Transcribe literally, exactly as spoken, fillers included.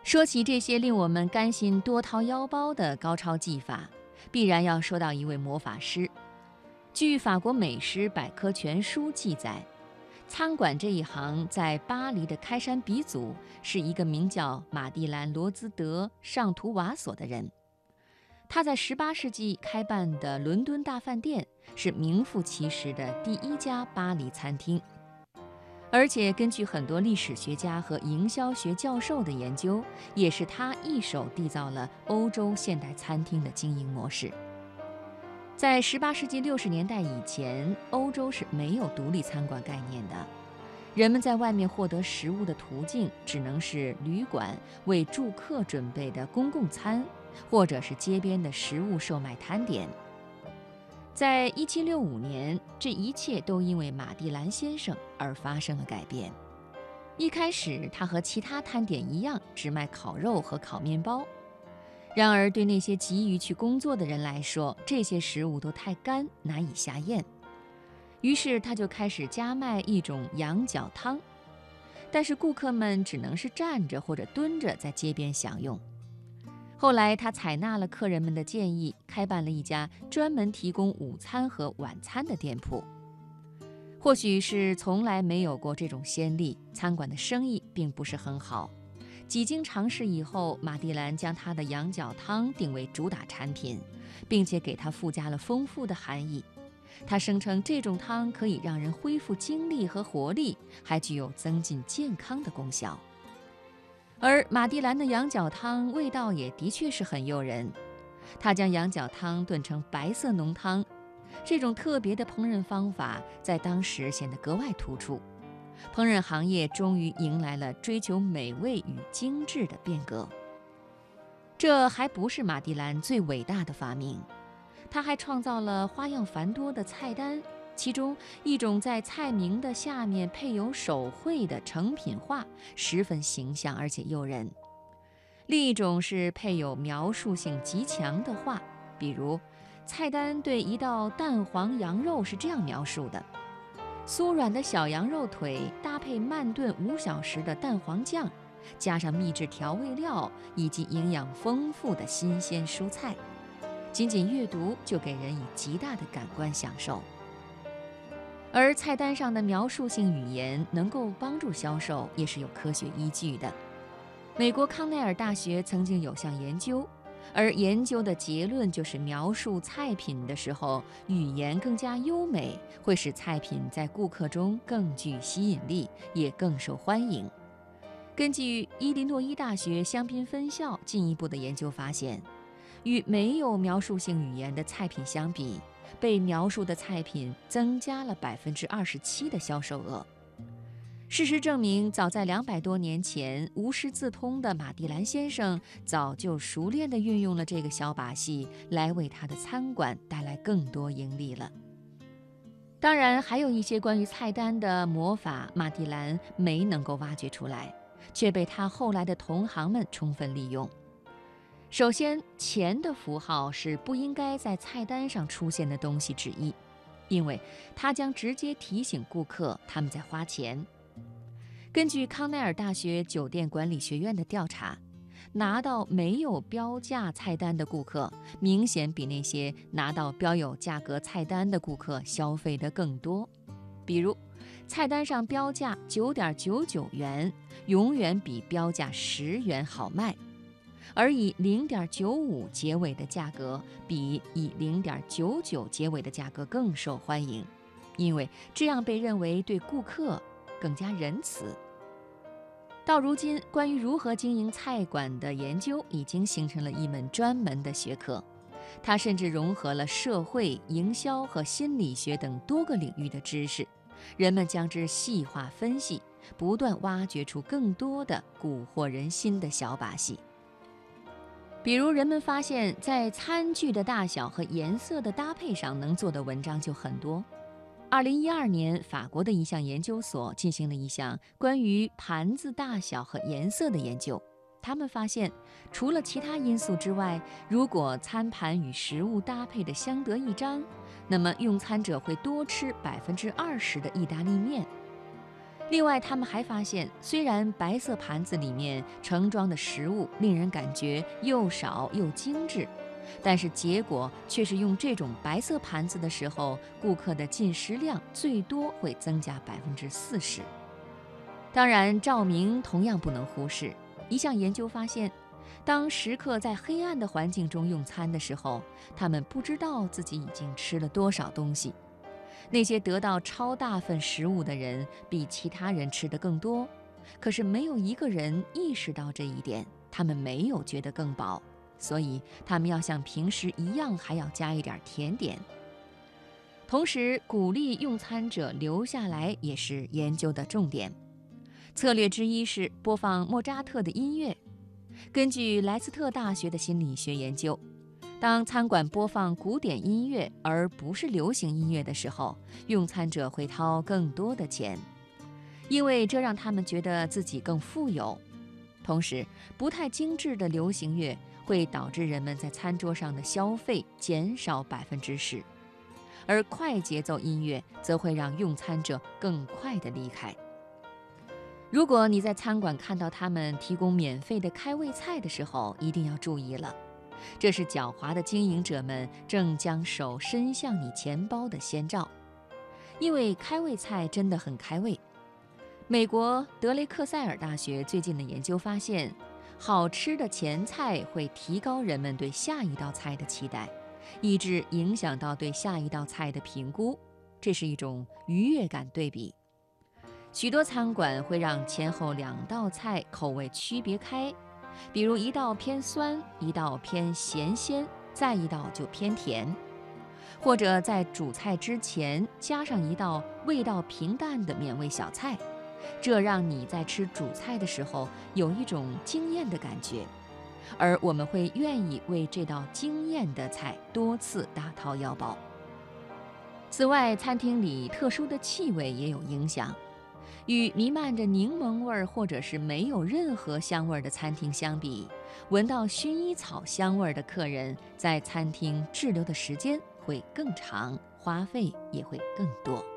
说起这些令我们甘心多掏腰包的高超技法，必然要说到一位魔法师。据法国美食百科全书记载，餐馆这一行在巴黎的开山鼻祖是一个名叫马蒂兰·罗兹德·上图瓦索的人。他在十八世纪开办的伦敦大饭店是名副其实的第一家巴黎餐厅。而且根据很多历史学家和营销学教授的研究，也是他一手缔造了欧洲现代餐厅的经营模式。在十八世纪六十年代以前，欧洲是没有独立餐馆概念的，人们在外面获得食物的途径只能是旅馆为住客准备的公共餐，或者是街边的食物售卖摊点。在一七六五年，这一切都因为马蒂兰先生而发生了改变。一开始，他和其他摊点一样，只卖烤肉和烤面包。然而，对那些急于去工作的人来说，这些食物都太干，难以下咽。于是，他就开始加卖一种羊角汤，但是顾客们只能是站着或者蹲着在街边享用。后来，他采纳了客人们的建议，开办了一家专门提供午餐和晚餐的店铺。或许是从来没有过这种先例，餐馆的生意并不是很好。几经尝试以后，马蒂兰将他的羊角汤定为主打产品，并且给它附加了丰富的含义。他声称这种汤可以让人恢复精力和活力，还具有增进健康的功效。而马蒂兰的羊角汤味道也的确是很诱人，他将羊角汤炖成白色浓汤，这种特别的烹饪方法在当时显得格外突出。烹饪行业终于迎来了追求美味与精致的变革。这还不是马蒂兰最伟大的发明，他还创造了花样繁多的菜单，其中一种在菜名的下面配有手绘的成品画，十分形象而且诱人。另一种是配有描述性极强的画，比如菜单对一道蛋黄羊肉是这样描述的：酥软的小羊肉腿搭配慢炖五小时的蛋黄酱，加上秘制调味料以及营养丰富的新鲜蔬菜，仅仅阅读就给人以极大的感官享受。而菜单上的描述性语言能够帮助销售，也是有科学依据的。美国康奈尔大学曾经有项研究，而研究的结论就是描述菜品的时候，语言更加优美，会使菜品在顾客中更具吸引力，也更受欢迎。根据伊利诺伊大学香槟分校进一步的研究发现，与没有描述性语言的菜品相比，被描述的菜品增加了百分之二十七的销售额。事实证明，早在两百多年前，无师自通的马蒂兰先生早就熟练地运用了这个小把戏，来为他的餐馆带来更多盈利了。当然，还有一些关于菜单的魔法，马蒂兰没能够挖掘出来，却被他后来的同行们充分利用。首先，钱的符号是不应该在菜单上出现的东西之一，因为它将直接提醒顾客他们在花钱。根据康奈尔大学酒店管理学院的调查，拿到没有标价菜单的顾客，明显比那些拿到标有价格菜单的顾客消费得更多。比如，菜单上标价九点九九元，永远比标价十元好卖。而以零点九五结尾的价格比以零点九九结尾的价格更受欢迎，因为这样被认为对顾客更加仁慈。到如今，关于如何经营菜馆的研究已经形成了一门专门的学科，它甚至融合了社会、营销和心理学等多个领域的知识，人们将之细化分析，不断挖掘出更多的蛊惑人心的小把戏。比如，人们发现，在餐具的大小和颜色的搭配上能做的文章就很多。二零一二年，法国的一项研究所进行了一项关于盘子大小和颜色的研究。他们发现，除了其他因素之外，如果餐盘与食物搭配的相得益彰，那么用餐者会多吃百分之二十的意大利面。 另外，他们还发现，虽然白色盘子里面盛装的食物令人感觉又少又精致，但是结果却是用这种白色盘子的时候，顾客的进食量最多会增加百分之四十。当然，照明同样不能忽视。一项研究发现，当食客在黑暗的环境中用餐的时候，他们不知道自己已经吃了多少东西。那些得到超大份食物的人比其他人吃得更多，可是没有一个人意识到这一点，他们没有觉得更饱，所以他们要像平时一样还要加一点甜点。同时，鼓励用餐者留下来也是研究的重点。策略之一是播放莫扎特的音乐。根据莱斯特大学的心理学研究，当餐馆播放古典音乐而不是流行音乐的时候，用餐者会掏更多的钱，因为这让他们觉得自己更富有。同时，不太精致的流行乐会导致人们在餐桌上的消费减少百分之十，而快节奏音乐则会让用餐者更快地离开。如果你在餐馆看到他们提供免费的开胃菜的时候，一定要注意了，这是狡猾的经营者们正将手伸向你钱包的先兆，因为开胃菜真的很开胃。美国德雷克塞尔大学最近的研究发现，好吃的前菜会提高人们对下一道菜的期待，以致影响到对下一道菜的评估，这是一种愉悦感对比。许多餐馆会让前后两道菜口味区别开，比如一道偏酸，一道偏咸鲜，再一道就偏甜，或者在主菜之前加上一道味道平淡的美味小菜，这让你在吃主菜的时候有一种惊艳的感觉，而我们会愿意为这道惊艳的菜多次大掏腰包。此外，餐厅里特殊的气味也有影响。与弥漫着柠檬味或者是没有任何香味的餐厅相比，闻到薰衣草香味的客人在餐厅滞留的时间会更长，花费也会更多。